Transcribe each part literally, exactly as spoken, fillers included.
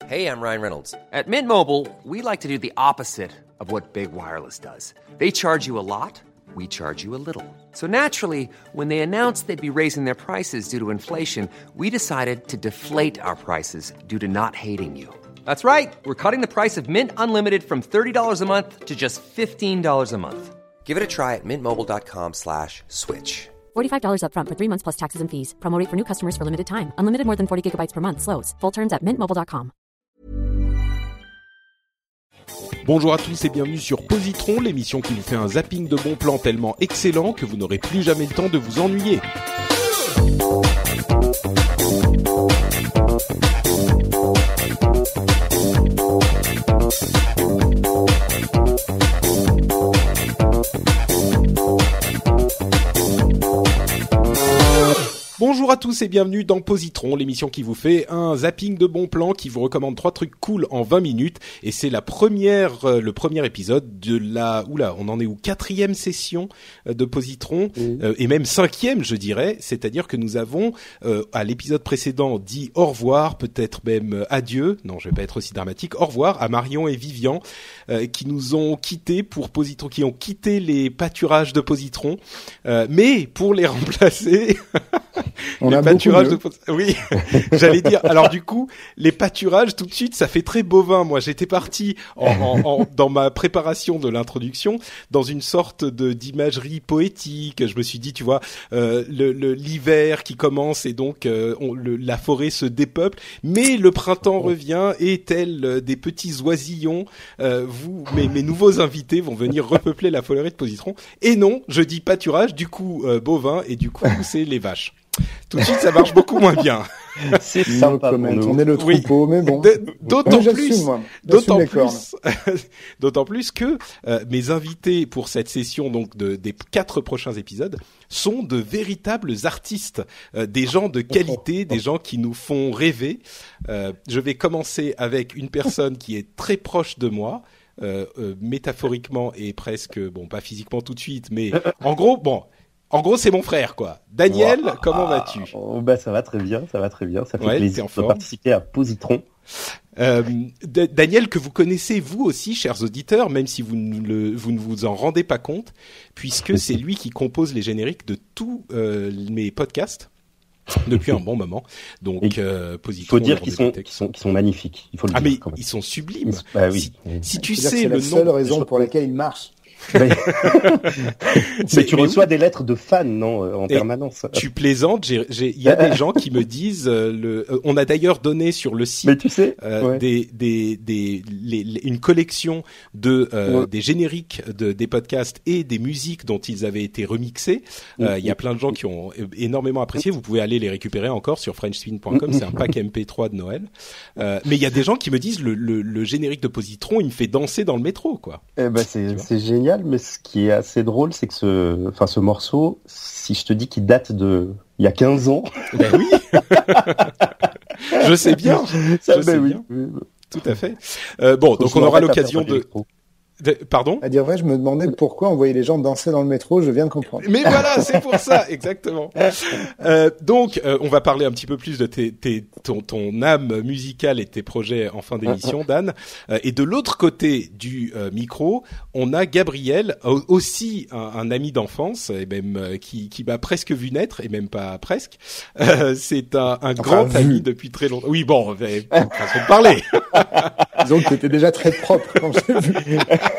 Hey, I'm Ryan Reynolds. At Mint Mobile, we like to do the opposite of what Big Wireless does. They charge you a lot, we charge you a little. So naturally, when they announced they'd be raising their prices due to inflation, we decided to deflate our prices due to not hating you. That's right. We're cutting the price of Mint Unlimited from thirty dollars a month to just fifteen dollars a month. Give it a try at mintmobile.com slash switch. forty-five dollars up front for three months plus taxes and fees. Promo rate for new customers for limited time. Unlimited more than forty gigabytes per month. Slows full terms at mint mobile dot com. Bonjour à tous et bienvenue sur Positron, l'émission qui vous fait un zapping de bons plans tellement excellent que vous n'aurez plus jamais le temps de vous ennuyer. Bonjour à tous et bienvenue dans Positron, l'émission qui vous fait un zapping de bons plans, qui vous recommande trois trucs cool en vingt minutes. Et c'est la première, euh, le premier épisode de la, oula, on en est où, quatrième session euh, de Positron, mmh. euh, et même cinquième, je dirais. C'est-à-dire que nous avons, euh, à l'épisode précédent, dit au revoir, peut-être même euh, adieu. Non, je vais pas être aussi dramatique. Au revoir à Marion et Vivian, euh, qui nous ont quittés pour Positron, qui ont quitté les pâturages de Positron. Euh, mais pour les remplacer. On les a pâturages beaucoup de... Oui, j'allais dire. Alors du coup, les pâturages, tout de suite, ça fait très bovin. Moi, j'étais parti en, en, en, dans ma préparation de l'introduction dans une sorte de d'imagerie poétique. Je me suis dit, tu vois, euh, le, le l'hiver qui commence et donc euh, on, le, la forêt se dépeuple, mais le printemps revient et tels des petits oisillons, euh, vous, mes, mes nouveaux invités vont venir repeupler la forêt de Positron. Et non, je dis pâturage, du coup euh, bovin et du coup c'est les vaches. Tout de suite, ça marche beaucoup moins bien. C'est sympa. On est le troupeau, oui. Mais bon. De, d'autant moi, plus, moi. d'autant plus, d'autant plus que euh, mes invités pour cette session, donc de, des quatre prochains épisodes, sont de véritables artistes, euh, des gens de qualité, des gens qui nous font rêver. Euh, je vais commencer avec une personne qui est très proche de moi. Euh, euh, métaphoriquement et presque, bon, pas physiquement tout de suite, mais en gros, bon. En gros, c'est mon frère, quoi. Daniel, wow. Comment vas-tu ? Oh, bah, ça va très bien, ça va très bien. Ça fait ouais, plaisir de participer à Positron. Euh, D- Daniel, que vous connaissez vous aussi, chers auditeurs, même si vous ne, le, vous ne vous en rendez pas compte, puisque c'est lui qui compose les génériques de tous euh, mes podcasts depuis un bon moment. Donc, euh, Positron. Il faut dire qu'ils sont, qu'ils sont, qu'ils sont magnifiques. Il faut le ah, dire. mais quand même. Ils sont sublimes. Bah oui. Si, si tu c'est sais c'est le la seule nom, raison pour laquelle il marche. mais, mais tu mais reçois oui. des lettres de fans, non, en Et permanence. Tu plaisantes. J'ai, j'ai, il y a des gens qui me disent. Euh, le, euh, on a d'ailleurs donné sur le site. Mais tu sais, euh, ouais. des, des, des, les, les, une collection de euh, ouais. des génériques de des podcasts et des musiques dont ils avaient été remixés. Il euh, y a plein de gens qui ont énormément apprécié. Vous pouvez aller les récupérer encore sur french spin point com. C'est un pack M P trois de Noël. Euh, mais il y a des gens qui me disent le, le, le générique de Positron, il me fait danser dans le métro, quoi. Eh ben c'est, c'est génial. Mais ce qui est assez drôle, c'est que ce, enfin, ce morceau, si je te dis qu'il date de, il y a quinze ans. Ben oui. Je sais bien. Ça, je ben sais oui. bien. Tout à fait. Euh, bon, donc on aura l'occasion de... de... Pardon ? À dire vrai, je me demandais pourquoi on voyait les gens danser dans le métro, je viens de comprendre. Mais voilà, c'est pour ça, exactement. Euh, donc, euh, on va parler un petit peu plus de tes, tes, ton, ton âme musicale et tes projets en fin d'émission, Dan. Euh, et de l'autre côté du euh, micro, on a Gabriel, aussi un, un ami d'enfance, et même euh, qui, qui m'a presque vu naître, et même pas presque. Euh, c'est un, un grand enfin, ami depuis très longtemps. Oui, bon, mais, façon de parler. Disons que t'étais déjà très propre quand je t'ai vu.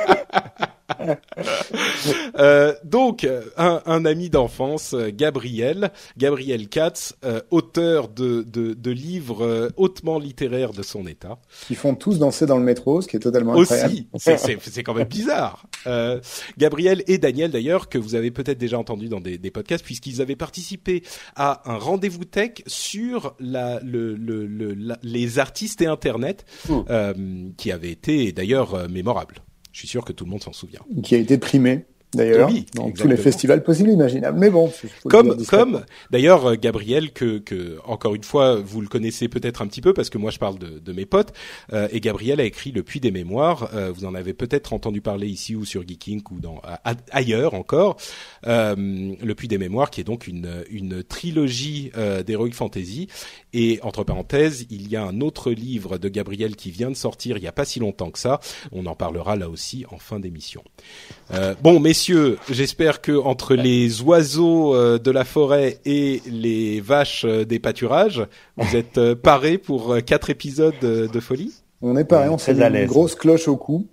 euh, donc, un, un ami d'enfance, Gabriel, Gabriel Katz, euh, auteur de, de, de livres euh, hautement littéraires de son état. Qui font tous danser dans le métro, ce qui est totalement Aussi, incroyable. c'est, c'est, c'est quand même bizarre. Euh, Gabriel et Daniel, d'ailleurs, que vous avez peut-être déjà entendu dans des, des podcasts, puisqu'ils avaient participé à un rendez-vous tech sur la, le, le, le, la, les artistes et Internet, mmh. euh, qui avait été d'ailleurs euh, mémorable. Je suis sûr que tout le monde s'en souvient. Qui a été primé. D'ailleurs, Oui, dans exactement. tous les festivals possibles et imaginables. Mais bon, faut le Comme, dire discrètement. comme, d'ailleurs, euh, Gabriel, que, que, encore une fois, vous le connaissez peut-être un petit peu parce que moi je parle de, de mes potes, euh, et Gabriel a écrit Le Puits des Mémoires. Euh, vous en avez peut-être entendu parler ici ou sur Geeking ou dans, a, ailleurs encore. Euh, Le Puits des Mémoires, qui est donc une, une trilogie euh, d'Heroic Fantasy. Et entre parenthèses, il y a un autre livre de Gabriel qui vient de sortir il y a pas si longtemps que ça. On en parlera là aussi en fin d'émission. Euh, bon, messieurs, j'espère que entre les oiseaux euh, de la forêt et les vaches euh, des pâturages, vous êtes euh, parés pour euh, quatre épisodes euh, de folie. On est pareil, On est on s'est très mis à une l'aise. grosse cloche au cou.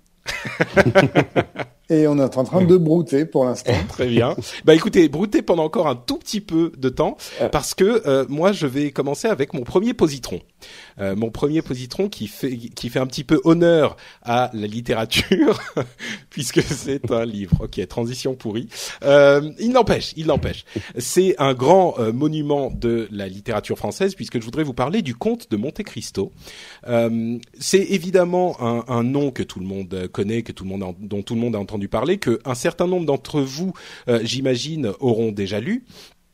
Et on est en train de brouter pour l'instant. Très bien. Bah écoutez, broutez pendant encore un tout petit peu de temps parce que euh, moi je vais commencer avec mon premier positron. Euh, mon premier positron qui fait qui fait un petit peu honneur à la littérature puisque c'est un livre. OK, transition pourrie. Euh, il n'empêche, il n'empêche. C'est un grand euh, monument de la littérature française puisque je voudrais vous parler du Comte de Monte Cristo. Euh, c'est évidemment un, un nom que tout le monde connaît, que tout le monde a, dont tout le monde a entendu parler, que un certain nombre d'entre vous, euh, j'imagine, auront déjà lu.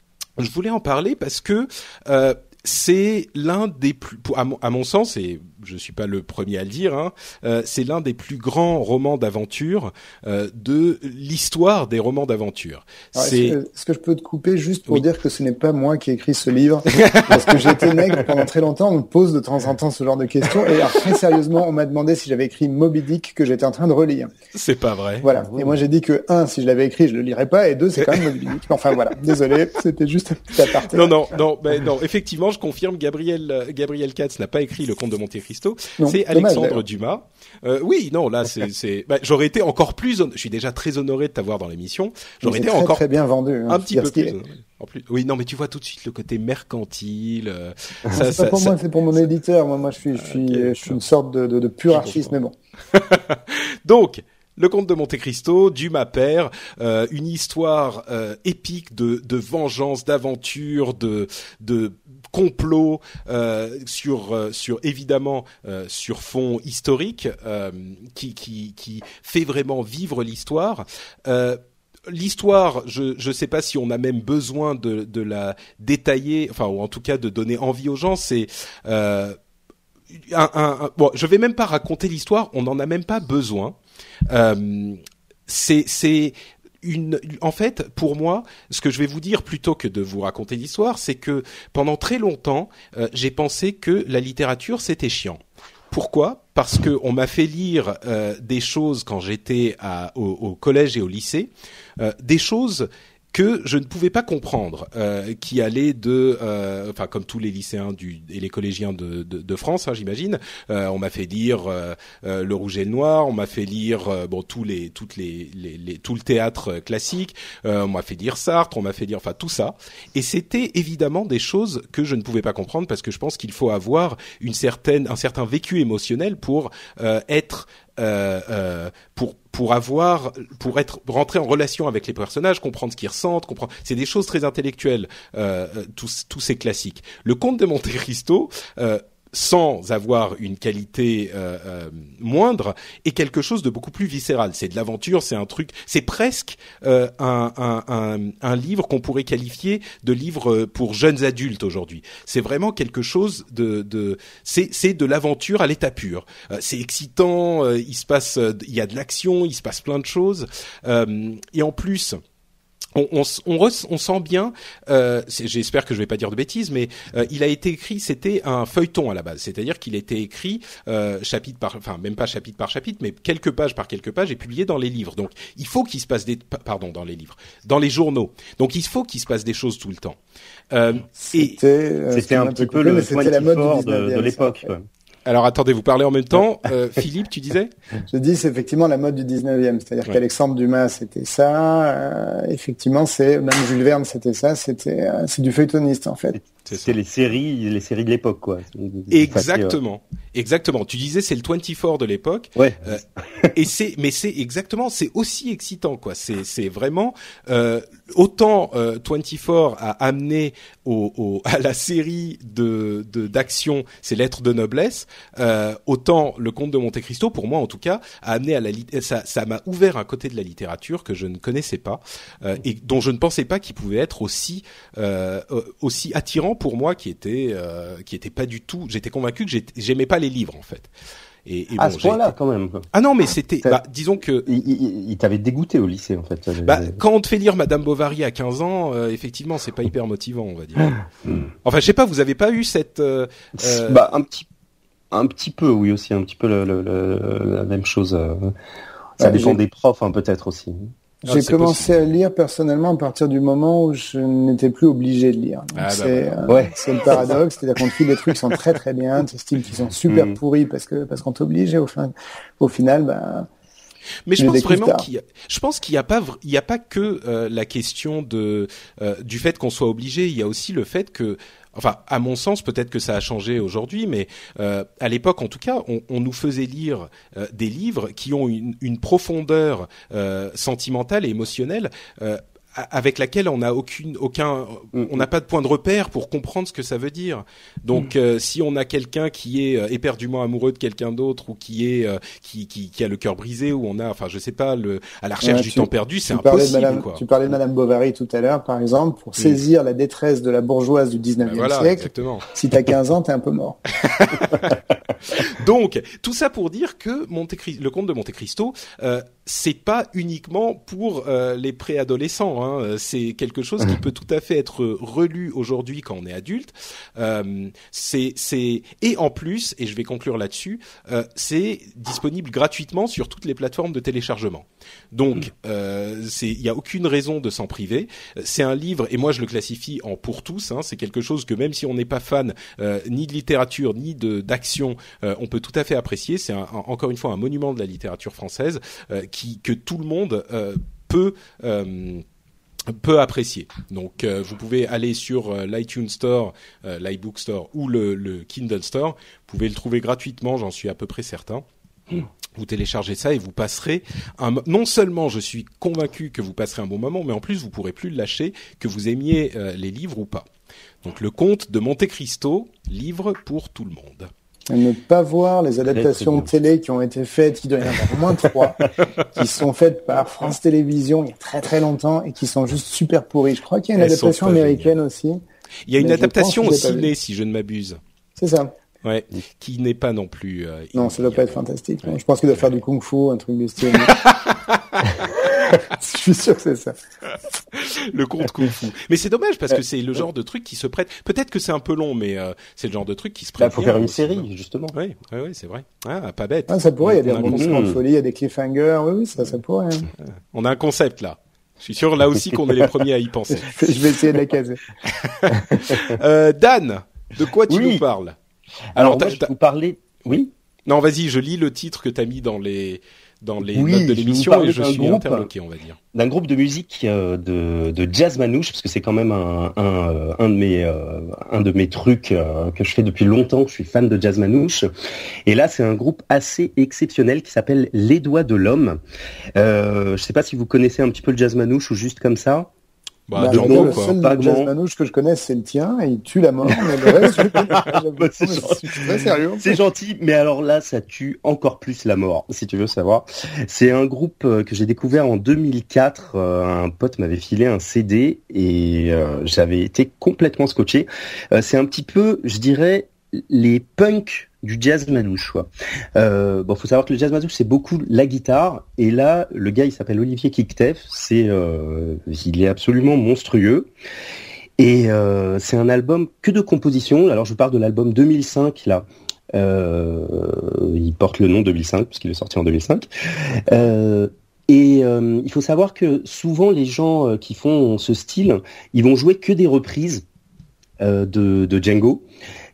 Je voulais en parler parce que euh, c'est l'un des plus, à mon, à mon sens, et je suis pas le premier à le dire, hein, euh, c'est l'un des plus grands romans d'aventure euh, de l'histoire des romans d'aventure. Alors, C'est Est-ce que, est-ce que je peux te couper juste pour Oui. dire que ce n'est pas moi qui ai écrit ce livre? Parce que j'étais nègre pendant très longtemps, on me pose de temps en temps ce genre de questions. Et alors, très sérieusement, on m'a demandé si j'avais écrit Moby Dick que j'étais en train de relire. c'est pas vrai. Voilà. Et moi, j'ai dit que, un, si je l'avais écrit, je le lirais pas, et deux, c'est quand même Moby Dick. Enfin, voilà. Désolé, c'était juste un petit aparté. Non, non, non, ben non. Effectivement, je confirme. Gabriel, euh, Gabriel Katz n'a pas écrit Le Comte de Monte Cristo. Non, C'est dommage, Alexandre d'ailleurs. Dumas. Euh, oui, non, là, c'est, c'est. Bah, j'aurais été encore plus. hon- Je suis déjà très honoré de t'avoir dans l'émission. J'aurais Mais été c'est très, encore très bien vendu. Hein, un faut petit dire peu ce qu'il plus. est. honoré. En plus. Oui, non, mais tu vois tout de suite le côté mercantile. euh, Non, ça, c'est ça, pas pour ça- moi, c'est pour mon éditeur. Moi, moi, je suis, je suis, Ok, je suis une sorte de, de, de pur Je archiste, comprends. mais bon. Donc, Le Comte de Monte Cristo, Dumas père, euh, une histoire euh, épique de, de vengeance, d'aventure, de, de complot euh, sur, euh, sur évidemment euh, sur fond historique, euh, qui, qui, qui fait vraiment vivre l'histoire. Euh, L'histoire, je je sais pas si on a même besoin de de la détailler, enfin ou en tout cas de donner envie aux gens. C'est euh, un, un, un- bon, je vais même pas raconter l'histoire, on n'en a même pas besoin. Euh, c'est c'est une, en fait, pour moi, ce que je vais vous dire plutôt que de vous raconter l'histoire, c'est que pendant très longtemps, euh, j'ai pensé que la littérature c'était chiant. Pourquoi ? Parce que on m'a fait lire euh, des choses quand j'étais à, au, au collège et au lycée, euh, des choses que je ne pouvais pas comprendre, euh, qui allaient de, euh, enfin comme tous les lycéens du, et les collégiens de, de, de France, hein, j'imagine. Euh, on m'a fait lire euh, euh, Le Rouge et le Noir, on m'a fait lire euh, bon tous les, toutes les, les, les tout le théâtre classique, euh, on m'a fait lire Sartre, on m'a fait lire, enfin tout ça. Et c'était évidemment des choses que je ne pouvais pas comprendre parce que je pense qu'il faut avoir une certaine, un certain vécu émotionnel pour euh, être Euh, euh, pour pour avoir pour être rentrer en relation avec les personnages, comprendre ce qu'ils ressentent, comprendre. C'est des choses très intellectuelles, euh, tous tous ces classiques. Le Comte de Monte Cristo, euh, sans avoir une qualité euh, euh, moindre, est quelque chose de beaucoup plus viscéral. C'est de l'aventure, c'est un truc, c'est presque euh, un, un, un, un livre qu'on pourrait qualifier de livre pour jeunes adultes aujourd'hui. C'est vraiment quelque chose de, de c'est, c'est de l'aventure à l'état pur. Euh, c'est excitant, euh, il se passe, euh, il y a de l'action, il se passe plein de choses, euh, et en plus. On, on, on, re, on sent bien, euh, j'espère que je vais pas dire de bêtises, mais euh, il a été écrit, c'était un feuilleton à la base, c'est-à-dire qu'il était écrit euh, chapitre par, enfin même pas chapitre par chapitre, mais quelques pages par quelques pages et publié dans les livres. Donc il faut qu'il se passe des, pardon, dans les livres, dans les journaux. Donc il faut qu'il se passe des choses tout le temps. Euh, C'était, euh, C'était un petit peu coupé, le mais c'était la mode du twenty-four de, dix-neuvième, de l'époque. ça. quoi. alors attendez, vous parlez en même temps. Euh, Philippe, tu disais ? Je dis, c'est effectivement la mode du dix-neuvième. C'est-à-dire Ouais. qu'Alexandre Dumas, c'était ça. Euh, effectivement, c'est, même Jules Verne, c'était ça. C'était, euh, c'est du feuilletoniste, en fait. c'était les séries, les séries de l'époque, quoi. Exactement, exactement. Tu disais c'est le vingt-quatre de l'époque. Ouais. Euh, et c'est, mais c'est exactement, c'est aussi excitant, quoi. C'est, c'est vraiment euh, autant euh, vingt-quatre a amené au, au, à la série de, de d'action ses lettres de noblesse, euh, autant le Comte de Monte Cristo, pour moi en tout cas, a amené à la ça, ça m'a ouvert un côté de la littérature que je ne connaissais pas euh, et dont je ne pensais pas qu'il pouvait être aussi euh, aussi attirant pour moi, qui était euh, qui était pas du tout. J'étais convaincu que j'aimais pas les livres en fait. Et, et bon, à ce point-là, été... quand même. Ah non, mais c'était, bah, disons que il, il, il t'avait dégoûté au lycée, en fait. Bah, quand on te fait lire Madame Bovary à quinze ans, euh, effectivement, c'est pas hyper motivant, on va dire. Enfin, je sais pas, vous avez pas eu cette euh, euh... bah un petit, un petit peu, oui aussi, un petit peu le, le, le, la même chose. Euh... Ça ah, dépend j'ai... des profs, hein, peut-être aussi. J'ai ah, commencé possible. à lire personnellement à partir du moment où je n'étais plus obligé de lire. Donc ah, c'est, bah, bah. Euh, ouais. c'est le paradoxe, c'est-à-dire qu'on te file des trucs qui sont très très bien, tu estimes qu'ils sont super mmh. pourris parce que parce qu'on t'oblige et au fin, au final, bah. Mais je pense vraiment qu'il y a, je pense qu'il y a pas, il y a pas que euh, la question de euh, du fait qu'on soit obligé. Il y a aussi le fait que, enfin, à mon sens, peut-être que ça a changé aujourd'hui, mais euh, à l'époque, en tout cas, on, on nous faisait lire euh, des livres qui ont une, une profondeur euh, sentimentale et émotionnelle. Euh, avec laquelle on n'a aucune, aucun, on n'a pas de point de repère pour comprendre ce que ça veut dire. Donc, mmh. euh, si on a quelqu'un qui est euh, éperdument amoureux de quelqu'un d'autre ou qui est, euh, qui, qui, qui a le cœur brisé, ou on a, enfin, je sais pas, le, à la recherche ouais, du tu, temps perdu, c'est impossible. Madame, quoi. Tu parlais de Madame Bovary tout à l'heure, par exemple, pour mmh. saisir la détresse de la bourgeoise du dix-neuvième ben voilà, siècle. Exactement. Si t'as quinze ans, t'es un peu mort. Donc, tout ça pour dire que Monte Cristo, le Comte de Monte Cristo, euh, c'est pas uniquement pour euh, les préadolescents. Hein. C'est quelque chose qui peut tout à fait être relu aujourd'hui quand on est adulte. Euh, c'est, c'est et en plus, et je vais conclure là-dessus, euh, c'est disponible gratuitement sur toutes les plateformes de téléchargement. Donc, euh, c'est, il y a aucune raison de s'en priver. C'est un livre, et moi je le classifie en pour tous. Hein. C'est quelque chose que même si on n'est pas fan euh, ni de littérature ni de d'action, euh, on peut tout à fait apprécier. C'est un, un, encore une fois un monument de la littérature française euh, qui que tout le monde euh, peut euh, peut apprécier. Donc euh, vous pouvez aller sur euh, l'iTunes Store, euh, l'iBook Store ou le, le Kindle Store. Vous pouvez le trouver gratuitement, j'en suis à peu près certain. Vous téléchargez ça et vous passerez un, non seulement je suis convaincu que vous passerez un bon moment, mais en plus vous pourrez plus le lâcher, que vous aimiez euh, les livres ou pas. Donc le Comte de Monte Cristo, livre pour tout le monde. Et ne pas voir les adaptations télé qui ont été faites, il doit y en avoir au moins trois, qui sont faites par France Télévisions il y a très très longtemps et qui sont juste super pourries. Je crois qu'il y a une Elles adaptation américaine géniales. aussi. Il y a une adaptation au ciné, si je ne m'abuse. C'est ça. Ouais, qui n'est pas non plus. Euh, non, ça doit pas être fantastique. Ouais. Je pense qu'il doit faire du kung-fu, un truc du style. Je suis sûr que c'est ça. Le conte kung-fu. Mais c'est dommage parce que c'est le genre de truc qui se prête. Peut-être que c'est un peu long, mais euh, c'est le genre de truc qui se prête. Il faut faire une série, bien. justement. Oui, oui, oui, c'est vrai. Ah, pas bête. Ah, ça pourrait. Il y a des rebondissements de folie, il y a des cliffhangers. Oui, oui, ça, ça pourrait. Hein. On a un concept là. Je suis sûr là aussi qu'on est les premiers à y penser. Je vais essayer de la caser. euh, Dan, de quoi tu oui. nous parles? Alors, Alors moi, je vous parlais. Oui. Non, vas-y, je lis le titre que t'as mis dans les dans les oui, notes de l'émission et je suis groupe, interloqué, on va dire. D'un groupe de musique euh, de de jazz manouche, parce que c'est quand même un un un de mes euh, un de mes trucs euh, que je fais depuis longtemps. Je suis fan de jazz manouche. Et là, c'est un groupe assez exceptionnel qui s'appelle Les Doigts de l'Homme. Euh, je sais pas si vous connaissez un petit peu le jazz manouche ou juste comme ça. Bah, bah, nom, le seul pas jazz manouche que je connais, c'est le tien, et il tue la mort, mais le reste, je bah, c'est, gentil. c'est très sérieux. C'est gentil, mais alors là, ça tue encore plus la mort, si tu veux savoir. C'est un groupe que j'ai découvert en deux mille quatre, euh, un pote m'avait filé un C D, et euh, j'avais été complètement scotché. Euh, c'est un petit peu, je dirais, les punks du jazz manouche, quoi. Euh, bon, faut savoir que le jazz manouche, c'est beaucoup la guitare, et là, le gars, il s'appelle Olivier Kicktef, c'est, euh, il est absolument monstrueux, et euh, c'est un album que de composition. Alors, je parle de l'album deux mille cinq, là. Euh, il porte le nom deux mille cinq, puisqu'il est sorti en deux mille cinq. Euh, Et euh, il faut savoir que souvent, les gens qui font ce style, ils vont jouer que des reprises euh, de, de Django.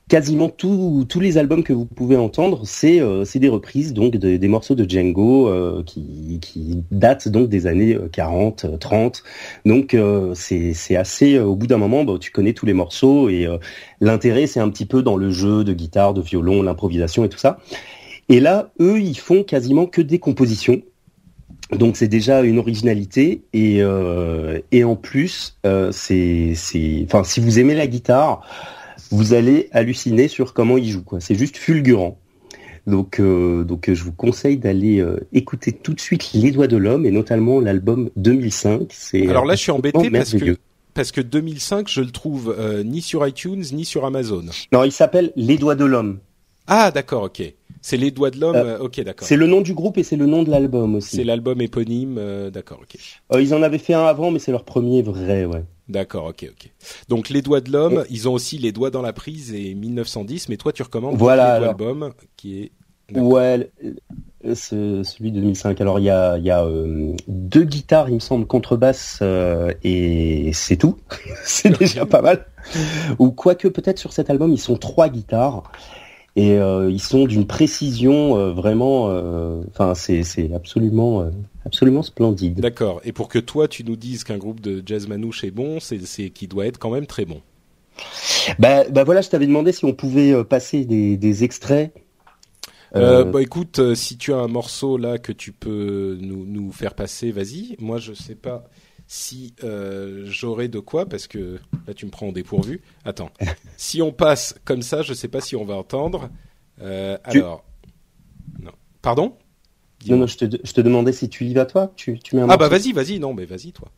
quasiment tous tous les albums que vous pouvez entendre, c'est euh, c'est des reprises donc de, des morceaux de Django euh, qui qui datent donc des années quarante, trente. Donc euh, c'est c'est assez euh, au bout d'un moment, bah, tu connais tous les morceaux et euh, l'intérêt c'est un petit peu dans le jeu de guitare, de violon, l'improvisation et tout ça. Et là, eux, ils font quasiment que des compositions. Donc c'est déjà une originalité et euh, et en plus euh, c'est c'est enfin si vous aimez la guitare, vous allez halluciner sur comment il joue, quoi. C'est juste fulgurant. Donc, euh, donc, je vous conseille d'aller euh, écouter tout de suite Les Doigts de l'Homme et notamment l'album deux mille cinq. C'est alors là, je suis embêté parce que parce que deux mille cinq, je le trouve euh, ni sur iTunes ni sur Amazon. Non, il s'appelle Les Doigts de l'Homme. Ah, d'accord, ok. C'est Les Doigts de l'Homme. Euh, ok, d'accord. C'est le nom du groupe et c'est le nom de l'album aussi. C'est l'album éponyme. Euh, d'accord, ok. Euh, ils en avaient fait un avant, mais c'est leur premier vrai, ouais. D'accord, ok, ok. Donc Les Doigts de l'Homme, et... ils ont aussi Les Doigts dans la prise et mille neuf cent dix, mais toi tu recommandes voilà, l'album qui est... D'accord. Ouais, c'est celui de deux mille cinq. Alors il y a, il y a euh, deux guitares, il me semble, contrebasse euh, et c'est tout. C'est déjà pas mal. Ou quoique peut-être sur cet album, ils sont trois guitares. Et euh, ils sont d'une précision euh, vraiment, enfin euh, c'est c'est absolument euh, absolument splendide. D'accord. Et pour que toi tu nous dises qu'un groupe de jazz manouche est bon, c'est c'est qu'il doit être quand même très bon. Bah bah voilà, je t'avais demandé si on pouvait euh, passer des des extraits. Euh, euh... Bah écoute, euh, si tu as un morceau là que tu peux nous nous faire passer, vas-y. Moi je sais pas si euh, j'aurai de quoi, parce que là tu me prends au dépourvu. Attends, si on passe comme ça, je sais pas si on va entendre. Euh, tu... Alors, non, pardon. Non, non, je te, je te demandais si tu y vas toi. Tu, tu mets un ah morceau. Bah vas-y, vas-y, non, mais vas-y toi.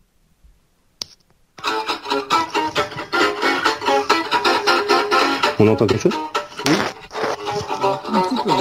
On entend quelque chose ? Oui. Un petit peu.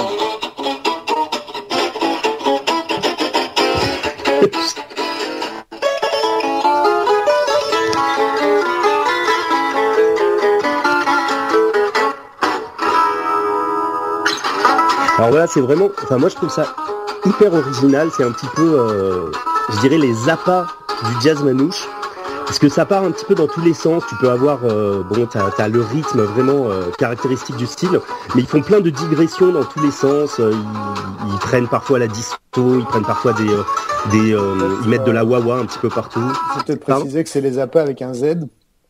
Alors voilà, c'est vraiment, enfin moi je trouve ça hyper original, c'est un petit peu, euh, je dirais les Zappa du jazz manouche, parce que ça part un petit peu dans tous les sens, tu peux avoir, euh, bon t'as, t'as le rythme vraiment euh, caractéristique du style, mais ils font plein de digressions dans tous les sens, euh, ils, ils prennent parfois la disco, ils prennent parfois des, euh, des euh, ils mettent de la wah-wah un petit peu partout. Il faut peut-être préciser que c'est les Zappa avec un Z.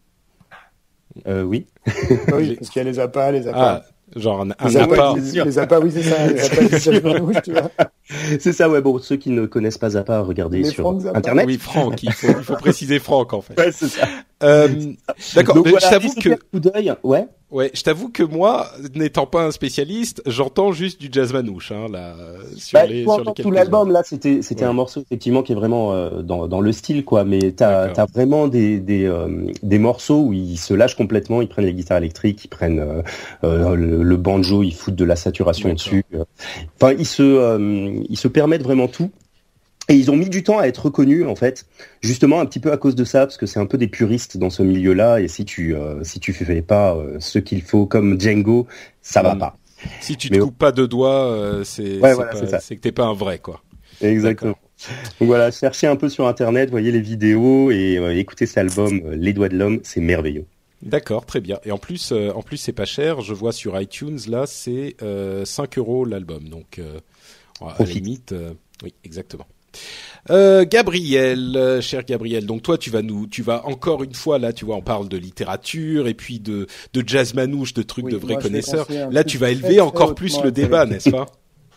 Euh, oui. Oui, parce qu'il y a les Zappa, les Zappa. Ah. Genre un, un les Zappa. Les Zappa, oui, c'est ça. Les Zappa, c'est manouche, tu vois. C'est ça, ouais. Bon, ceux qui ne connaissent pas Zappa, regardez les sur Internet. Oui, Franck. Il faut, il faut préciser Franck, en fait. Ouais, c'est ça. Euh, d'accord. Donc, mais voilà, je t'avoue que. Coup d'œil, ouais. Ouais, je t'avoue que moi, n'étant pas un spécialiste, j'entends juste du jazz manouche, hein, là, sur bah, les, sur les tout l'album, là, c'était, c'était ouais. un morceau, effectivement, qui est vraiment, euh, dans, dans le style, quoi, mais t'as, D'accord. t'as vraiment des, des, euh, des morceaux où ils se lâchent complètement, ils prennent les guitares électriques, ils prennent, euh, euh, le, le banjo, ils foutent de la saturation D'accord. dessus. Enfin, ils se, euh, ils se permettent vraiment tout. Et ils ont mis du temps à être reconnus, en fait, justement un petit peu à cause de ça, parce que c'est un peu des puristes dans ce milieu-là, et si tu euh, si tu fais pas euh, ce qu'il faut comme Django, ça va mmh. pas. Si tu te Mais coupes au... pas de doigts, euh, c'est ouais, c'est, voilà, pas, c'est, ça. c'est que t'es pas un vrai, quoi. Exactement. D'accord. Donc voilà, cherchez un peu sur Internet, voyez les vidéos et euh, écoutez cet album, euh, Les Doigts de l'Homme, c'est merveilleux. D'accord, très bien. Et en plus, euh, en plus c'est pas cher. Je vois sur iTunes là, c'est euh, cinq euros l'album, donc euh, à la limite, euh, oui, exactement. Euh, Gabriel, euh, cher Gabriel, donc toi tu vas nous, tu vas encore une fois là, tu vois, on parle de littérature et puis de de jazz manouche, de trucs oui, de vrais moi, connaisseurs. Là, tu vas élever encore plus le débat, n'est-ce pas?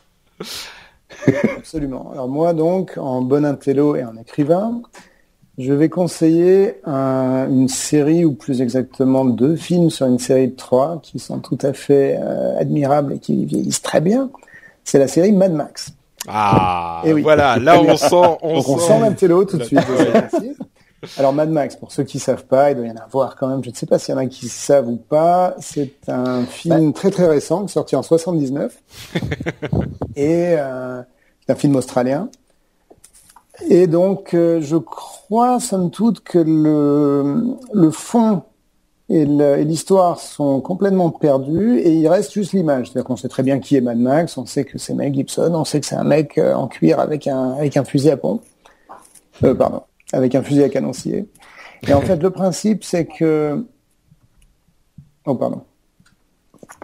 Absolument. Alors moi donc, en bon intello et en écrivain, je vais conseiller un, une série ou plus exactement deux films sur une série de trois qui sont tout à fait euh, admirables et qui vieillissent très bien. C'est la série Mad Max. Ah, oui. Voilà, là on sent, on Donc, sent. On sent l'intello tout de suite. Alors Mad Max, pour ceux qui savent pas, il doit y en avoir quand même. Je ne sais pas s'il y en a qui savent ou pas. C'est un film très très récent, sorti en soixante-dix-neuf, et euh, c'est un film australien. Et donc, euh, je crois, somme toute, que le le fond et, le, et l'histoire sont complètement perdus et il reste juste l'image. C'est-à-dire qu'on sait très bien qui est Mad Max, on sait que c'est Mel Gibson, on sait que c'est un mec euh, en cuir avec un avec un fusil à pompe, euh, pardon, avec un fusil à canoncier. Et en fait, le principe, c'est que, oh pardon,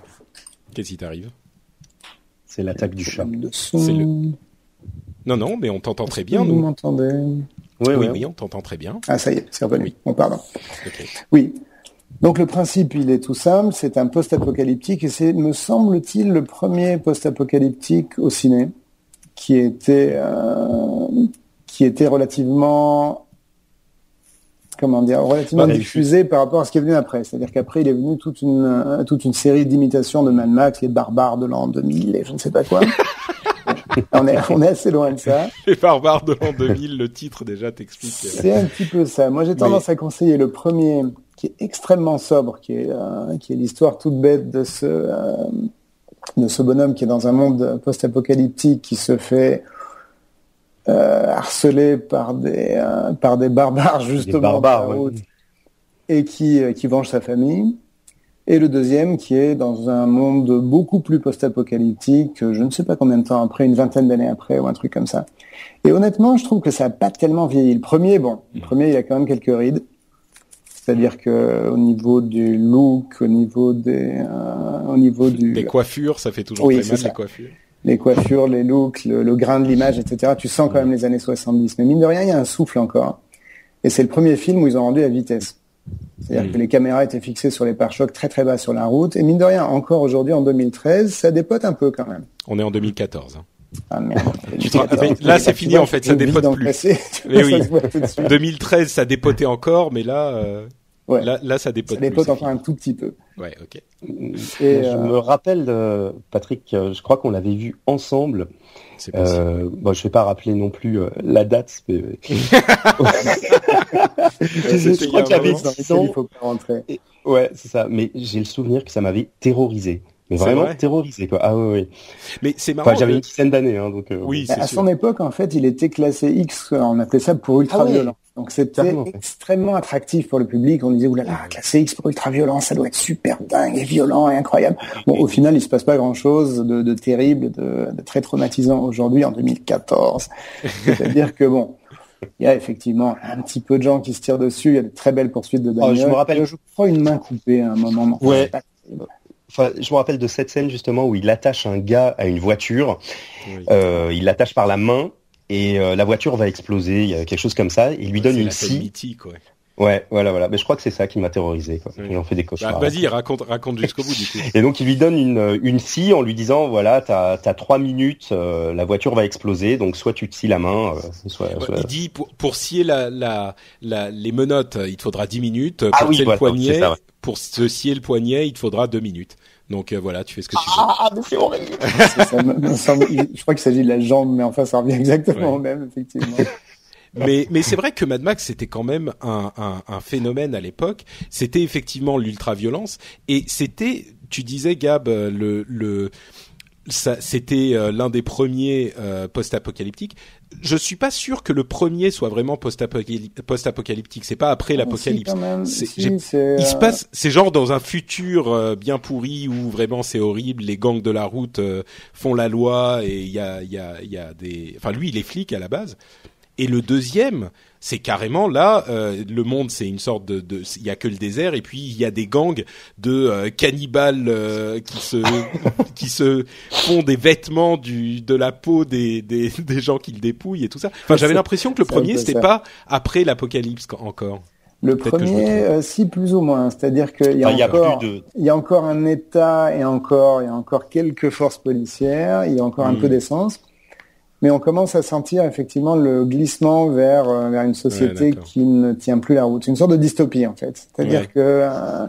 Qu'est-ce qui t'arrive? C'est l'attaque du chat. C'est le... Non, non, mais on t'entend très bien, vous nous. Vous m'entendez? Oui, oui, oui, on t'entend très bien. Ah, ça y est, c'est revenu. Oui. Bon, pardon. Okay. Oui. Donc le principe, il est tout simple, c'est un post-apocalyptique et c'est, me semble-t-il, le premier post-apocalyptique au ciné qui était euh, qui était relativement comment dire relativement bah, diffusé par rapport à ce qui est venu après. C'est-à-dire qu'après, il est venu toute une euh, toute une série d'imitations de Mad Max, les barbares de l'an deux mille et je ne sais pas quoi. on est on est assez loin de ça. Les barbares de l'an deux mille, le titre déjà t'explique. C'est un petit peu ça. Moi, j'ai tendance Mais... à conseiller le premier, qui est extrêmement sobre, qui est euh, qui est l'histoire toute bête de ce euh, de ce bonhomme qui est dans un monde post-apocalyptique qui se fait euh, harceler par des euh, par des barbares justement des barbares, ouais. et qui euh, qui venge sa famille. Et le deuxième qui est dans un monde beaucoup plus post-apocalyptique, je ne sais pas combien de temps après, une vingtaine d'années après ou un truc comme ça. Et honnêtement, je trouve que ça n'a pas tellement vieilli. Le premier, bon, le premier, il a quand même quelques rides. C'est-à-dire que au niveau du look, au niveau des, euh, au niveau du... Les coiffures, ça fait toujours oui, très mal, ça. les coiffures. Les coiffures, les looks, le, le grain de l'image, et cetera. Tu sens quand même les années soixante-dix. Mais mine de rien, il y a un souffle encore. Et c'est le premier film où ils ont rendu la vitesse. C'est-à-dire mmh. que les caméras étaient fixées sur les pare-chocs très très bas sur la route. Et mine de rien, encore aujourd'hui, en deux mille treize, ça dépote un peu quand même. On est en deux mille quatorze. Hein. Ah merde. Là, c'est fini en fait, ça dépote plus. Mais oui. deux mille treize, ça dépotait encore, mais là, euh, ouais. là, là, ça dépote. Ça dépote plus, encore un tout petit peu. Ouais, ok. Et je euh... me rappelle, de, Patrick, je crois qu'on l'avait vu ensemble. C'est possible. Euh, bon, je vais pas rappeler non plus euh, la date, mais je, je crois qu'il y avait dans il faut pas rentrer. Et, ouais, c'est ça. Mais j'ai le souvenir que ça m'avait terrorisé. Mais vraiment vrai terrorisé, quoi. Ah oui, oui. Mais c'est marrant. Enfin, j'avais une dizaine d'années, hein, donc. Euh, oui, c'est à sûr. son époque, en fait, il était classé X. On appelait ça pour ultra-violent. Ah ouais. Donc c'était Carrément, extrêmement fait. attractif pour le public. On disait oulala, classé X pour ultra-violent, ça doit être super dingue et violent et incroyable. Bon, au final, il se passe pas grand-chose de, de terrible, de, de très traumatisant aujourd'hui en deux mille quatorze. C'est-à-dire que bon. Il y a effectivement un petit peu de gens qui se tirent dessus. Il y a de très belles poursuites de bagnoles. Oh, je me rappelle. Je crois une main coupée à un moment. Ouais. Enfin, je me rappelle de cette scène justement où il attache un gars à une voiture. Oui. Euh, il l'attache par la main et euh, la voiture va exploser. Il y a quelque chose comme ça. Il lui ouais, donne une scie. Mythique, ouais. Ouais, voilà, voilà. Mais je crois que c'est ça qui m'a terrorisé, quoi. Oui. Il en fait des cauchemars. Bah, vas-y, raconte, raconte jusqu'au bout, du coup. Et donc, il lui donne une, une scie en lui disant, voilà, t'as, t'as trois minutes, euh, la voiture va exploser, donc soit tu te scies la main, euh, soit, ouais, soit... Il dit, pour, pour scier la, la, la, les menottes, il te faudra dix minutes. Pour ah oui, scier voilà, le poignet, ça, ouais. pour se scier le poignet, il te faudra deux minutes. Donc, euh, voilà, tu fais ce que tu veux. Ah, mais c'est horrible! c'est ça, me semble, je crois qu'il s'agit de la jambe, mais enfin, ça revient exactement ouais. au même, effectivement. Mais, mais c'est vrai que Mad Max, c'était quand même un, un, un phénomène à l'époque. C'était effectivement l'ultra-violence. Et c'était, tu disais, Gab, le, le, ça, c'était l'un des premiers euh, post-apocalyptiques. Je suis pas sûr que le premier soit vraiment post-apocalyptique. Post-apocalyptique. C'est pas après oh, l'apocalypse. Si, c'est, si, c'est, il se passe, c'est genre dans un futur euh, bien pourri où vraiment c'est horrible. Les gangs de la route euh, font la loi et il y a, il y a, il y a des, enfin lui, il est flic à la base. Et le deuxième, c'est carrément là, euh, le monde, c'est une sorte de, de, il y a que le désert, et puis il y a des gangs de euh, cannibales euh, qui se, qui se font des vêtements du, de la peau des, des, des gens qu'ils dépouillent et tout ça. Enfin, j'avais l'impression que le premier, c'était ça. Pas après l'apocalypse encore. Le Peut-être premier, euh, si plus ou moins, c'est-à-dire qu'il y a, enfin, encore, il y, a de... il y a encore un État et encore, il y a encore quelques forces policières, il y a encore mmh. un peu d'essence. Mais on commence à sentir effectivement le glissement vers euh, vers une société ouais, qui ne tient plus la route. C'est une sorte de dystopie en fait. C'est-à-dire ouais. que euh,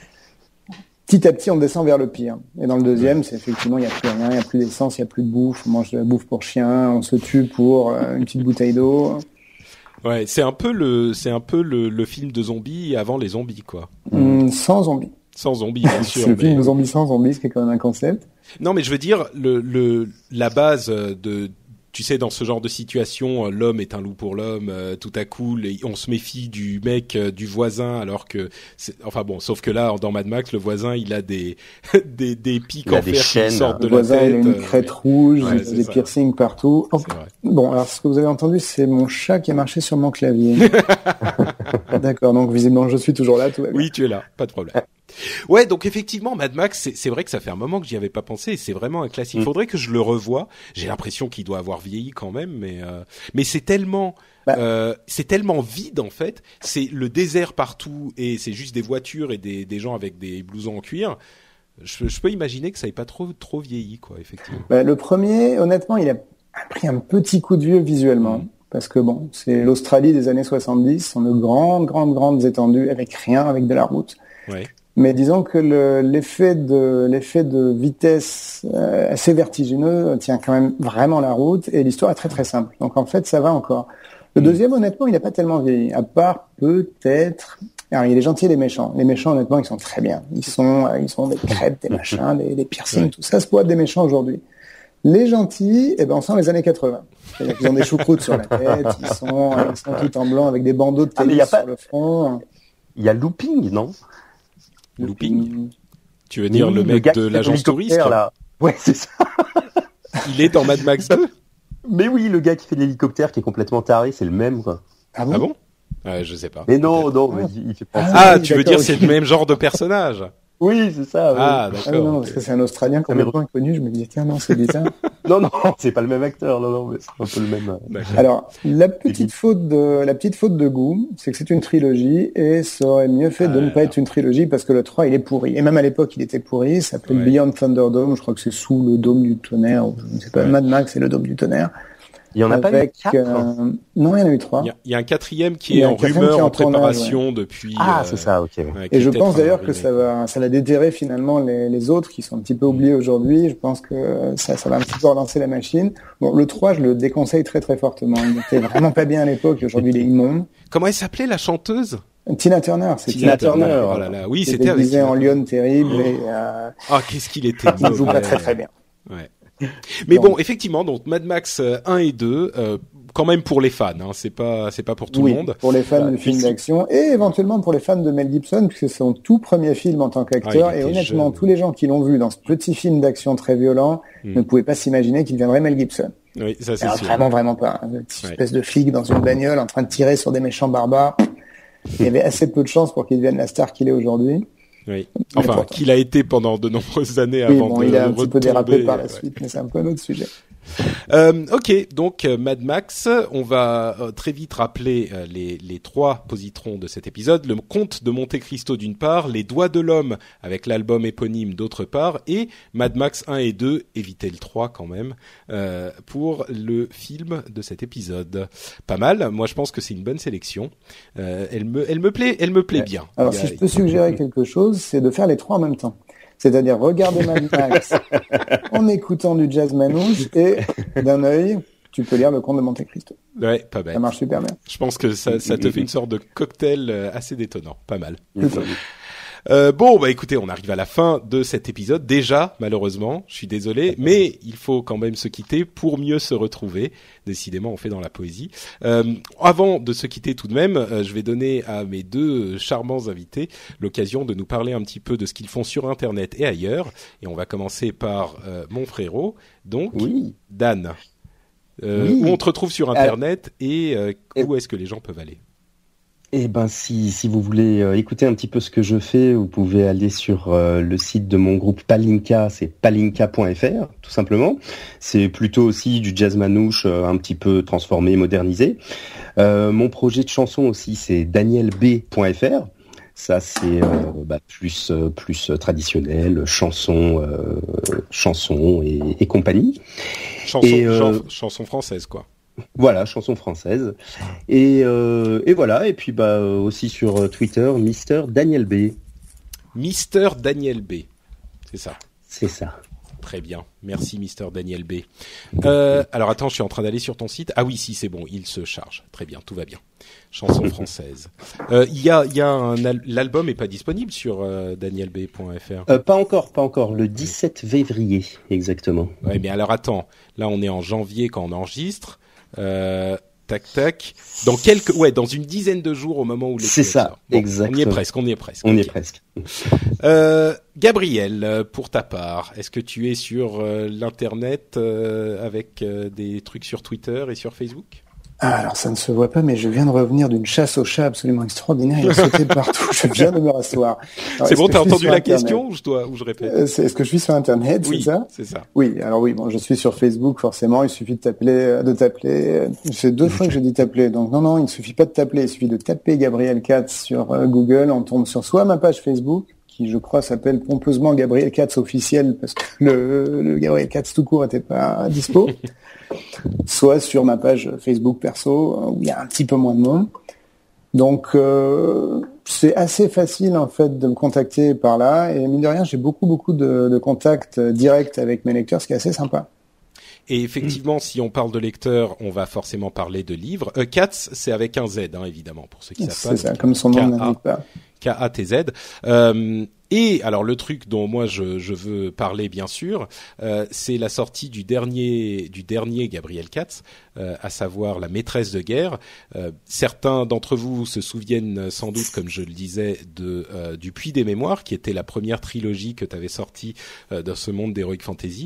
petit à petit on descend vers le pire. Et dans le deuxième, ouais. c'est effectivement il n'y a plus rien, il n'y a plus d'essence, il n'y a plus de bouffe, on mange de la bouffe pour chien, on se tue pour euh, une petite bouteille d'eau. Ouais, c'est un peu le c'est un peu le, le film de zombies avant les zombies quoi. Mmh, sans zombies. Sans zombies, bien sûr. C'est le mais... film de zombies sans zombies, ce qui est quand même un concept. Non, mais je veux dire le le la base de tu sais, dans ce genre de situation, l'homme est un loup pour l'homme. Euh, tout à coup, les, on se méfie du mec, euh, du voisin, alors que, c'est, enfin bon, sauf que là, dans Mad Max, le voisin, il a des des, des pics en fer qui sortent de la tête. Le voisin, il a une crête euh, rouge, ouais, des ça. piercings partout. Oh. Bon, alors ce que vous avez entendu, c'est mon chat qui a marché sur mon clavier. D'accord, donc visiblement je suis toujours là, tout va bien. Oui, tu es là, pas de problème. Ouais, donc effectivement, Mad Max, c'est, c'est vrai que ça fait un moment que j'y avais pas pensé. C'est vraiment un classique. Mm. Faudrait que je le revoie. J'ai l'impression qu'il doit avoir vieilli quand même, mais euh, mais c'est tellement, bah. euh, c'est tellement vide en fait. C'est le désert partout et c'est juste des voitures et des des gens avec des blousons en cuir. Je, je peux imaginer que ça ait pas trop trop vieilli, quoi, effectivement. Bah, le premier, honnêtement, il a pris un petit coup de vieux visuellement. Mm. Parce que bon, c'est l'Australie des années soixante-dix, sont de grandes, grandes, grandes étendues avec rien, avec de la route. Ouais. Mais disons que le, l'effet de l'effet de vitesse euh, assez vertigineux tient quand même vraiment la route et l'histoire est très très simple. Donc en fait, ça va encore. Le mmh. deuxième, honnêtement, il n'a pas tellement vieilli. À part peut-être, alors il y a les gentils et les méchants. Les méchants, honnêtement, ils sont très bien. Ils sont ils sont des crêpes, des machins, des, des piercings, ouais. tout ça. C'est pour être des méchants aujourd'hui. Les gentils, eh ben on sent les années quatre-vingts. C'est-à-dire qu'ils ont des choucroutes sur la tête, ils sont, ils sont tout en blanc avec des bandeaux de tennis ah, sur pas... le front. Il y a Looping, non? Looping. Tu veux dire oui, le mec le de l'agence touriste là. Ouais, c'est ça. Il est dans Mad Max deux. Mais oui, le gars qui fait l'hélicoptère qui est complètement taré, c'est le même quoi. Ah bon, ah bon euh, Je sais pas. Mais non, non, mais il fait pas. Ah, ah tu veux dire c'est le même genre de personnage? Oui, c'est ça. Oui. Ah, d'accord. Ah, non, parce que c'est un Australien complètement inconnu. Je me disais, tiens, non, c'est bizarre. non, non, c'est pas le même acteur. Non, non, mais c'est un peu le même. D'accord. Alors, la petite faute de, la petite faute de goût, c'est que c'est une trilogie et ça aurait mieux fait de ah, ne pas être une trilogie parce que le trois, il est pourri. Et même à l'époque, il était pourri. Ça s'appelait ouais. Beyond Thunderdome. Je crois que c'est sous le dôme du tonnerre. Je ne sais pas, ouais. Mad Max et le dôme du tonnerre. Il y en a avec, pas eu quatre. Euh... Non, il y en a eu trois. Il y a, il y a un quatrième qui est en rumeur, en, en préparation tournage, ouais. depuis. Ah, euh, c'est ça, ok. Ouais, et je pense d'ailleurs que ça va, ça va déterrer finalement les, les autres qui sont un petit peu oubliés aujourd'hui. Je pense que ça, ça va un petit peu relancer la machine. Bon, le trois, je le déconseille très très fortement. Il était vraiment pas bien à l'époque. Et aujourd'hui, il est immonde. Comment elle s'appelait la chanteuse? Tina Turner, c'est Tina, Tina Turner. Turner. Oh là là, oui, c'était avec. Il en lionne terrible oh. et. Euh, ah, qu'est-ce qu'il était. Il joue pas très très bien. Ouais. Mais bon, bon, effectivement, donc Mad Max un et deux, euh, quand même pour les fans, hein, c'est pas c'est pas pour tout oui, le monde. Pour les fans bah, de films d'action et éventuellement pour les fans de Mel Gibson puisque c'est son tout premier film en tant qu'acteur ah, et honnêtement jeune. Tous les gens qui l'ont vu dans ce petit film d'action très violent hmm. ne pouvaient pas s'imaginer qu'il deviendrait Mel Gibson. Oui, ça c'est Alors, sûr. Vraiment vraiment pas. Une ouais. espèce de flic dans une bagnole en train de tirer sur des méchants barbares. Il y avait assez peu de chance pour qu'il devienne la star qu'il est aujourd'hui. Oui. Enfin, pourtant. Qu'il a été pendant de nombreuses années oui, avant bon, de il a un retomber, petit peu dérapé par la ouais. suite, mais c'est un peu un autre sujet. Euh, ok, donc Mad Max, on va euh, très vite rappeler euh, les, les trois positrons de cet épisode. Le Comte de Monte Cristo d'une part, Les Doigts de l'Homme avec l'album éponyme d'autre part, et Mad Max un et deux, évitez le trois quand même, euh, pour le film de cet épisode. Pas mal, moi je pense que c'est une bonne sélection. Euh, elle me, elle me plaît, elle me plaît ouais. bien. Alors si je peux suggérer quelque chose, c'est de faire les trois en même temps. C'est-à-dire regarder Mad Max en écoutant du jazz manouche et d'un œil, tu peux lire Le Comte de Monte Cristo. Ouais, pas bête. Ça marche super bien. Je pense que ça, ça te fait une sorte de cocktail assez détonnant. Pas mal. Euh, bon, bah écoutez, on arrive à la fin de cet épisode. Déjà, malheureusement, je suis désolé, mais il faut quand même se quitter pour mieux se retrouver. Décidément, on fait dans la poésie. Euh, avant de se quitter tout de même, euh, je vais donner à mes deux charmants invités l'occasion de nous parler un petit peu de ce qu'ils font sur Internet et ailleurs. Et on va commencer par euh, mon frérot, donc oui. Dan. Euh, oui. Où on te retrouve sur Internet euh, et euh, où est-ce que les gens peuvent aller? Eh ben, si si vous voulez euh, écouter un petit peu ce que je fais, vous pouvez aller sur euh, le site de mon groupe Palinka, c'est palinka point f r, tout simplement. C'est plutôt aussi du jazz manouche, euh, un petit peu transformé, modernisé. Euh, mon projet de chanson aussi, c'est daniel b point f r. Ça, c'est euh, bah, plus euh, plus traditionnel, chanson, euh, chanson et, et compagnie. Chanson, et, euh, chan- chanson française, quoi. Voilà, chanson française. Et, euh, et voilà, et puis bah aussi sur Twitter, Mister Daniel B. Mister Daniel B. C'est ça. C'est ça. Très bien. Merci Mister Daniel B. Euh, alors attends, je suis en train d'aller sur ton site. Ah oui, si, c'est bon, il se charge. Très bien, tout va bien. Chanson française. Euh, il y a, il y a un al- l'album est pas disponible sur euh, daniel b point f r. Euh, pas encore, pas encore. Le dix-sept février, exactement. Ouais, mais alors attends. Là, on est en janvier quand on enregistre. Euh, tac tac. Dans quelques, ouais, dans une dizaine de jours au moment où les. C'est ça, bon, exactement. On y est presque, on y est presque. On okay. y est presque. euh, Gabriel, pour ta part, est-ce que tu es sur euh, l'internet euh, avec euh, des trucs sur Twitter et sur Facebook? Ah, alors ça ne se voit pas, mais je viens de revenir d'une chasse au chat absolument extraordinaire. Il a sauté partout. Je viens de me rasseoir. Alors, c'est bon, t'as entendu la question ou je dois, ou je répète? euh, c'est, Est-ce que je suis sur Internet, oui, c'est ça? c'est ça. Oui, alors oui, bon, je suis sur Facebook, forcément. Il suffit de t'appeler, de t'appeler. C'est deux fois que je dis t'appeler. Donc non, non, il ne suffit pas de t'appeler. Il suffit de taper Gabriel Katz sur euh, Google. On tombe sur soit ma page Facebook, qui je crois s'appelle pompeusement Gabriel Katz officiel, parce que le, le Gabriel Katz tout court était pas dispo. Soit sur ma page Facebook perso, où il y a un petit peu moins de monde. Donc, euh, c'est assez facile, en fait, de me contacter par là. Et mine de rien, j'ai beaucoup, beaucoup de, de contacts directs avec mes lecteurs, ce qui est assez sympa. Et effectivement, si on parle de lecteurs, on va forcément parler de livres. Euh, Katz, c'est avec un Z, hein, évidemment, pour ceux qui savent pas. C'est ça, comme son nom ne l'indique pas. K A T Z. Euh, et alors le truc dont moi je, je veux parler bien sûr, euh, c'est la sortie du dernier du dernier Gabriel Katz, euh, à savoir La maîtresse de guerre. Euh, certains d'entre vous se souviennent sans doute, comme je le disais, de euh, du Puits des mémoires, qui était la première trilogie que tu avais sortie euh, dans ce monde d'Heroic Fantasy.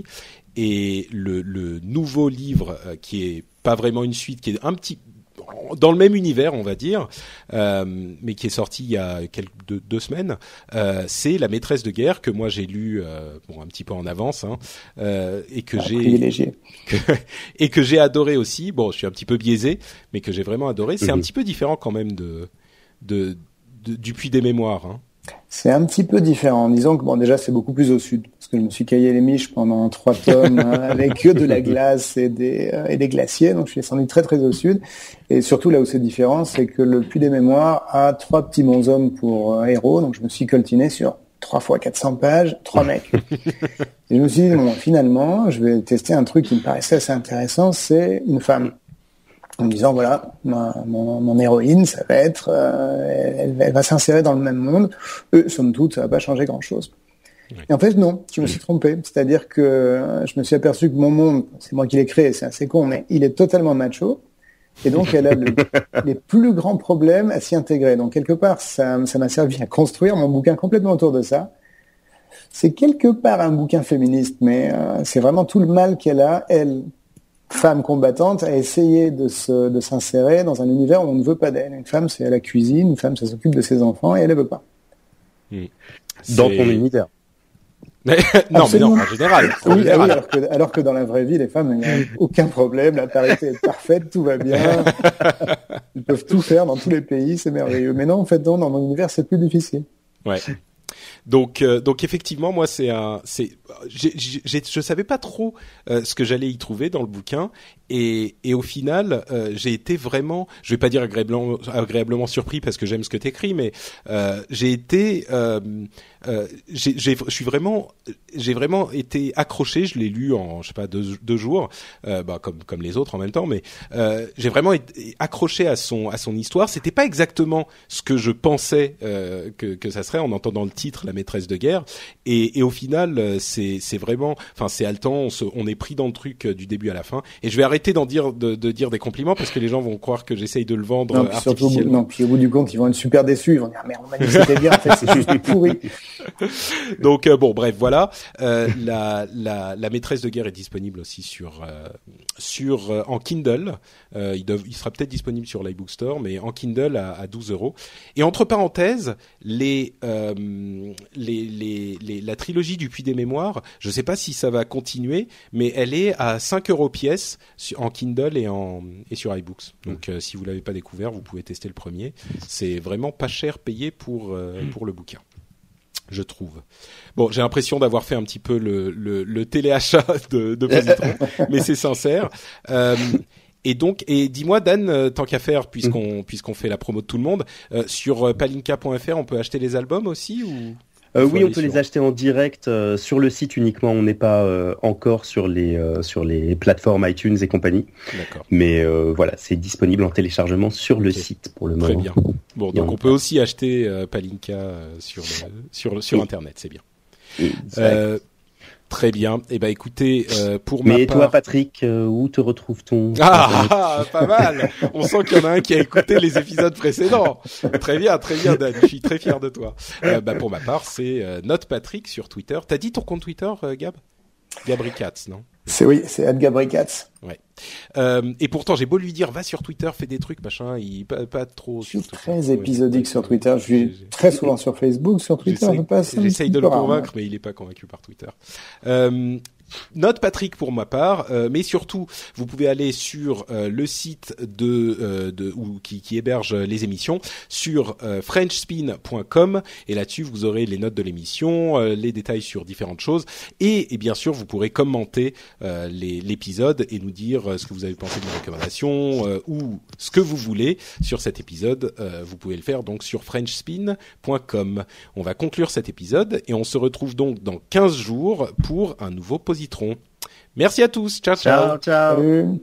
Et le, le nouveau livre euh, qui est pas vraiment une suite, qui est un petit dans le même univers, on va dire, euh, mais qui est sorti il y a quelques deux, deux semaines, euh, c'est La maîtresse de guerre, que moi j'ai lu euh, bon un petit peu en avance, hein, euh, et que ah, j'ai privilégié. Que, et que j'ai adoré aussi. Bon, je suis un petit peu biaisé, mais que j'ai vraiment adoré. C'est mmh. un petit peu différent quand même de, de, de du Puits des mémoires. Hein. C'est un petit peu différent. Disons que bon, déjà c'est beaucoup plus au sud, parce que je me suis caillé les miches pendant trois tomes hein, avec de la glace et des euh, et des glaciers, donc je suis descendu très très au sud. Et surtout là où c'est différent, c'est que le Puits des mémoires a trois petits bonshommes pour euh, héros, donc je me suis coltiné sur trois fois quatre cents pages, trois mecs. Et je me suis dit bon, finalement, je vais tester un truc qui me paraissait assez intéressant, c'est une femme. En me disant voilà, ma, mon, mon héroïne, ça va être, euh, elle, elle va s'insérer dans le même monde. Eux, somme toute, ça va pas changer grand-chose. Oui. Et en fait, non, je me suis trompé. C'est-à-dire que euh, je me suis aperçu que mon monde, c'est moi qui l'ai créé, c'est assez con, mais il est totalement macho. Et donc, elle a le, les plus grands problèmes à s'y intégrer. Donc, quelque part, ça, ça m'a servi à construire mon bouquin complètement autour de ça. C'est quelque part un bouquin féministe, mais euh, c'est vraiment tout le mal qu'elle a, elle, femme combattante, à essayer de se, de s'insérer dans un univers où on ne veut pas d'elle. Une femme, c'est à la cuisine, une femme, ça s'occupe de ses enfants, et elle ne veut pas. Mmh. Dans ton univers. non, Absolument. mais non, en général. En oui, général. oui alors, que, alors que dans la vraie vie, les femmes, il n'y a aucun problème, la parité est parfaite, tout va bien. Ils peuvent tout faire dans tous les pays, c'est merveilleux. Mais non, en fait, non, dans mon univers, c'est plus difficile. Ouais. Donc, euh, donc effectivement, moi, c'est un, c'est, j'ai, j'ai, je savais pas trop euh, ce que j'allais y trouver dans le bouquin, et, et au final, euh, j'ai été vraiment, je vais pas dire agréablement, agréablement surpris parce que j'aime ce que t'écris, mais euh, j'ai été, euh, euh, j'ai, j'ai, je suis vraiment, j'ai vraiment été accroché. Je l'ai lu en, je sais pas, deux, deux jours, euh, bah comme comme les autres en même temps, mais euh, j'ai vraiment été accroché à son à son histoire. C'était pas exactement ce que je pensais euh, que que ça serait en entendant le titre, La maîtresse de guerre, et, et au final, c'est c'est vraiment, enfin c'est haletant. On, se, on est pris dans le truc du début à la fin. Et je vais arrêter d'en dire de, de dire des compliments parce que les gens vont croire que j'essaye de le vendre non, puis artificiellement. Surtout, non, puis au bout du compte, ils vont être super déçus. Ils vont dire merde, on m'a dit que c'était bien. En fait, c'est juste pourri. Donc euh, bon, bref, voilà. Euh, la, la la maîtresse de guerre est disponible aussi sur euh, sur euh, en Kindle. Euh, il, doit, il sera peut-être disponible sur l'iBook Store, mais en Kindle à, à douze euros. Et entre parenthèses, les, euh, les les les la trilogie du Puits des mémoires, je sais pas si ça va continuer, mais elle est à cinq euros pièce en Kindle et en et sur iBooks. Donc euh, si vous l'avez pas découvert, vous pouvez tester le premier. C'est vraiment pas cher payé pour euh, pour le bouquin, je trouve. Bon, j'ai l'impression d'avoir fait un petit peu le le, le téléachat de, de Positron, mais c'est sincère. Euh, et donc, et dis-moi Dan, euh, tant qu'à faire, puisqu'on puisqu'on fait la promo de tout le monde, euh, sur palinka point f r, on peut acheter les albums aussi ou Euh, oui, on peut sur... les acheter en direct euh, sur le site uniquement. On n'est pas euh, encore sur les euh, sur les plateformes iTunes et compagnie. D'accord. Mais euh, voilà, c'est disponible en téléchargement sur le okay. site pour le moment. Très bien. Bon, donc on, on peut aussi acheter euh, Palinka euh, sur le, sur sur oui. internet, c'est bien. Oui, euh, très bien. Eh ben, écoutez, euh, pour ma Mais part... toi, Patrick, euh, où te retrouve-t-on? Ah, ah, pas mal. On sent qu'il y en a un qui a écouté les épisodes précédents. Très bien, très bien, Dan. Je suis très fier de toi. Euh, bah, pour ma part, c'est euh, Note Patrick sur Twitter. T'as dit ton compte Twitter, euh, Gab? Gabri Katz, non? C'est oui, c'est Adgabricats. Ouais. Euh, et pourtant, j'ai beau lui dire, va sur Twitter, fais des trucs, machin, il pas, pas trop. Je suis très épisodique ouais, sur Twitter. Je suis j'ai... très souvent sur Facebook, sur Twitter. Je passe J'essaye de le convaincre, mais il est pas convaincu par Twitter. Euh, Note Patrick pour ma part, euh, mais surtout vous pouvez aller sur euh, le site de, euh, de ou qui, qui héberge les émissions sur euh, french spin point com et là-dessus vous aurez les notes de l'émission, euh, les détails sur différentes choses et, et bien sûr vous pourrez commenter euh, les, l'épisode et nous dire euh, ce que vous avez pensé de nos recommandations euh, ou ce que vous voulez sur cet épisode. Euh, vous pouvez le faire donc sur french spin point com. On va conclure cet épisode et on se retrouve donc dans quinze jours pour un nouveau Positron. Merci à tous. Ciao, ciao. Ciao, ciao.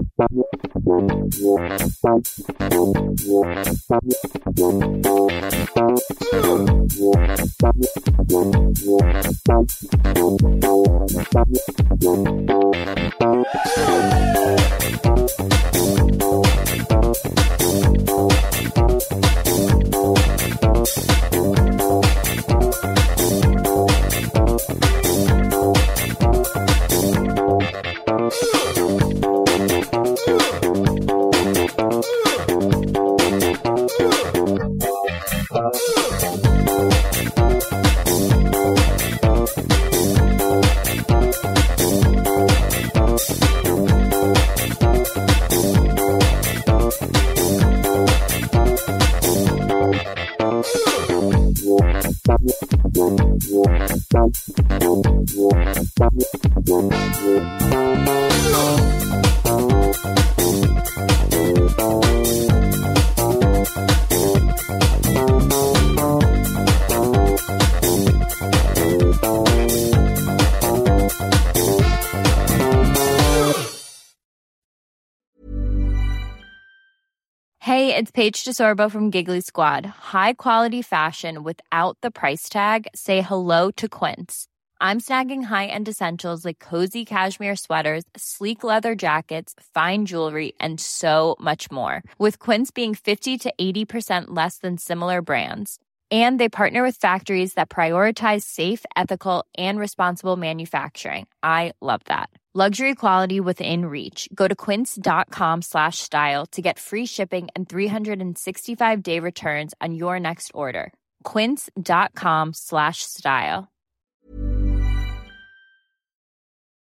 Hey, it's Paige DeSorbo from Giggly Squad. High quality fashion without the price tag. Say hello to Quince. I'm snagging high-end essentials like cozy cashmere sweaters, sleek leather jackets, fine jewelry, and so much more. With Quince being fifty to eighty percent less than similar brands. And they partner with factories that prioritize safe, ethical, and responsible manufacturing. I love that. Luxury quality within reach. Go to quince.com slash style to get free shipping and three sixty-five day returns on your next order. Quince.com slash style.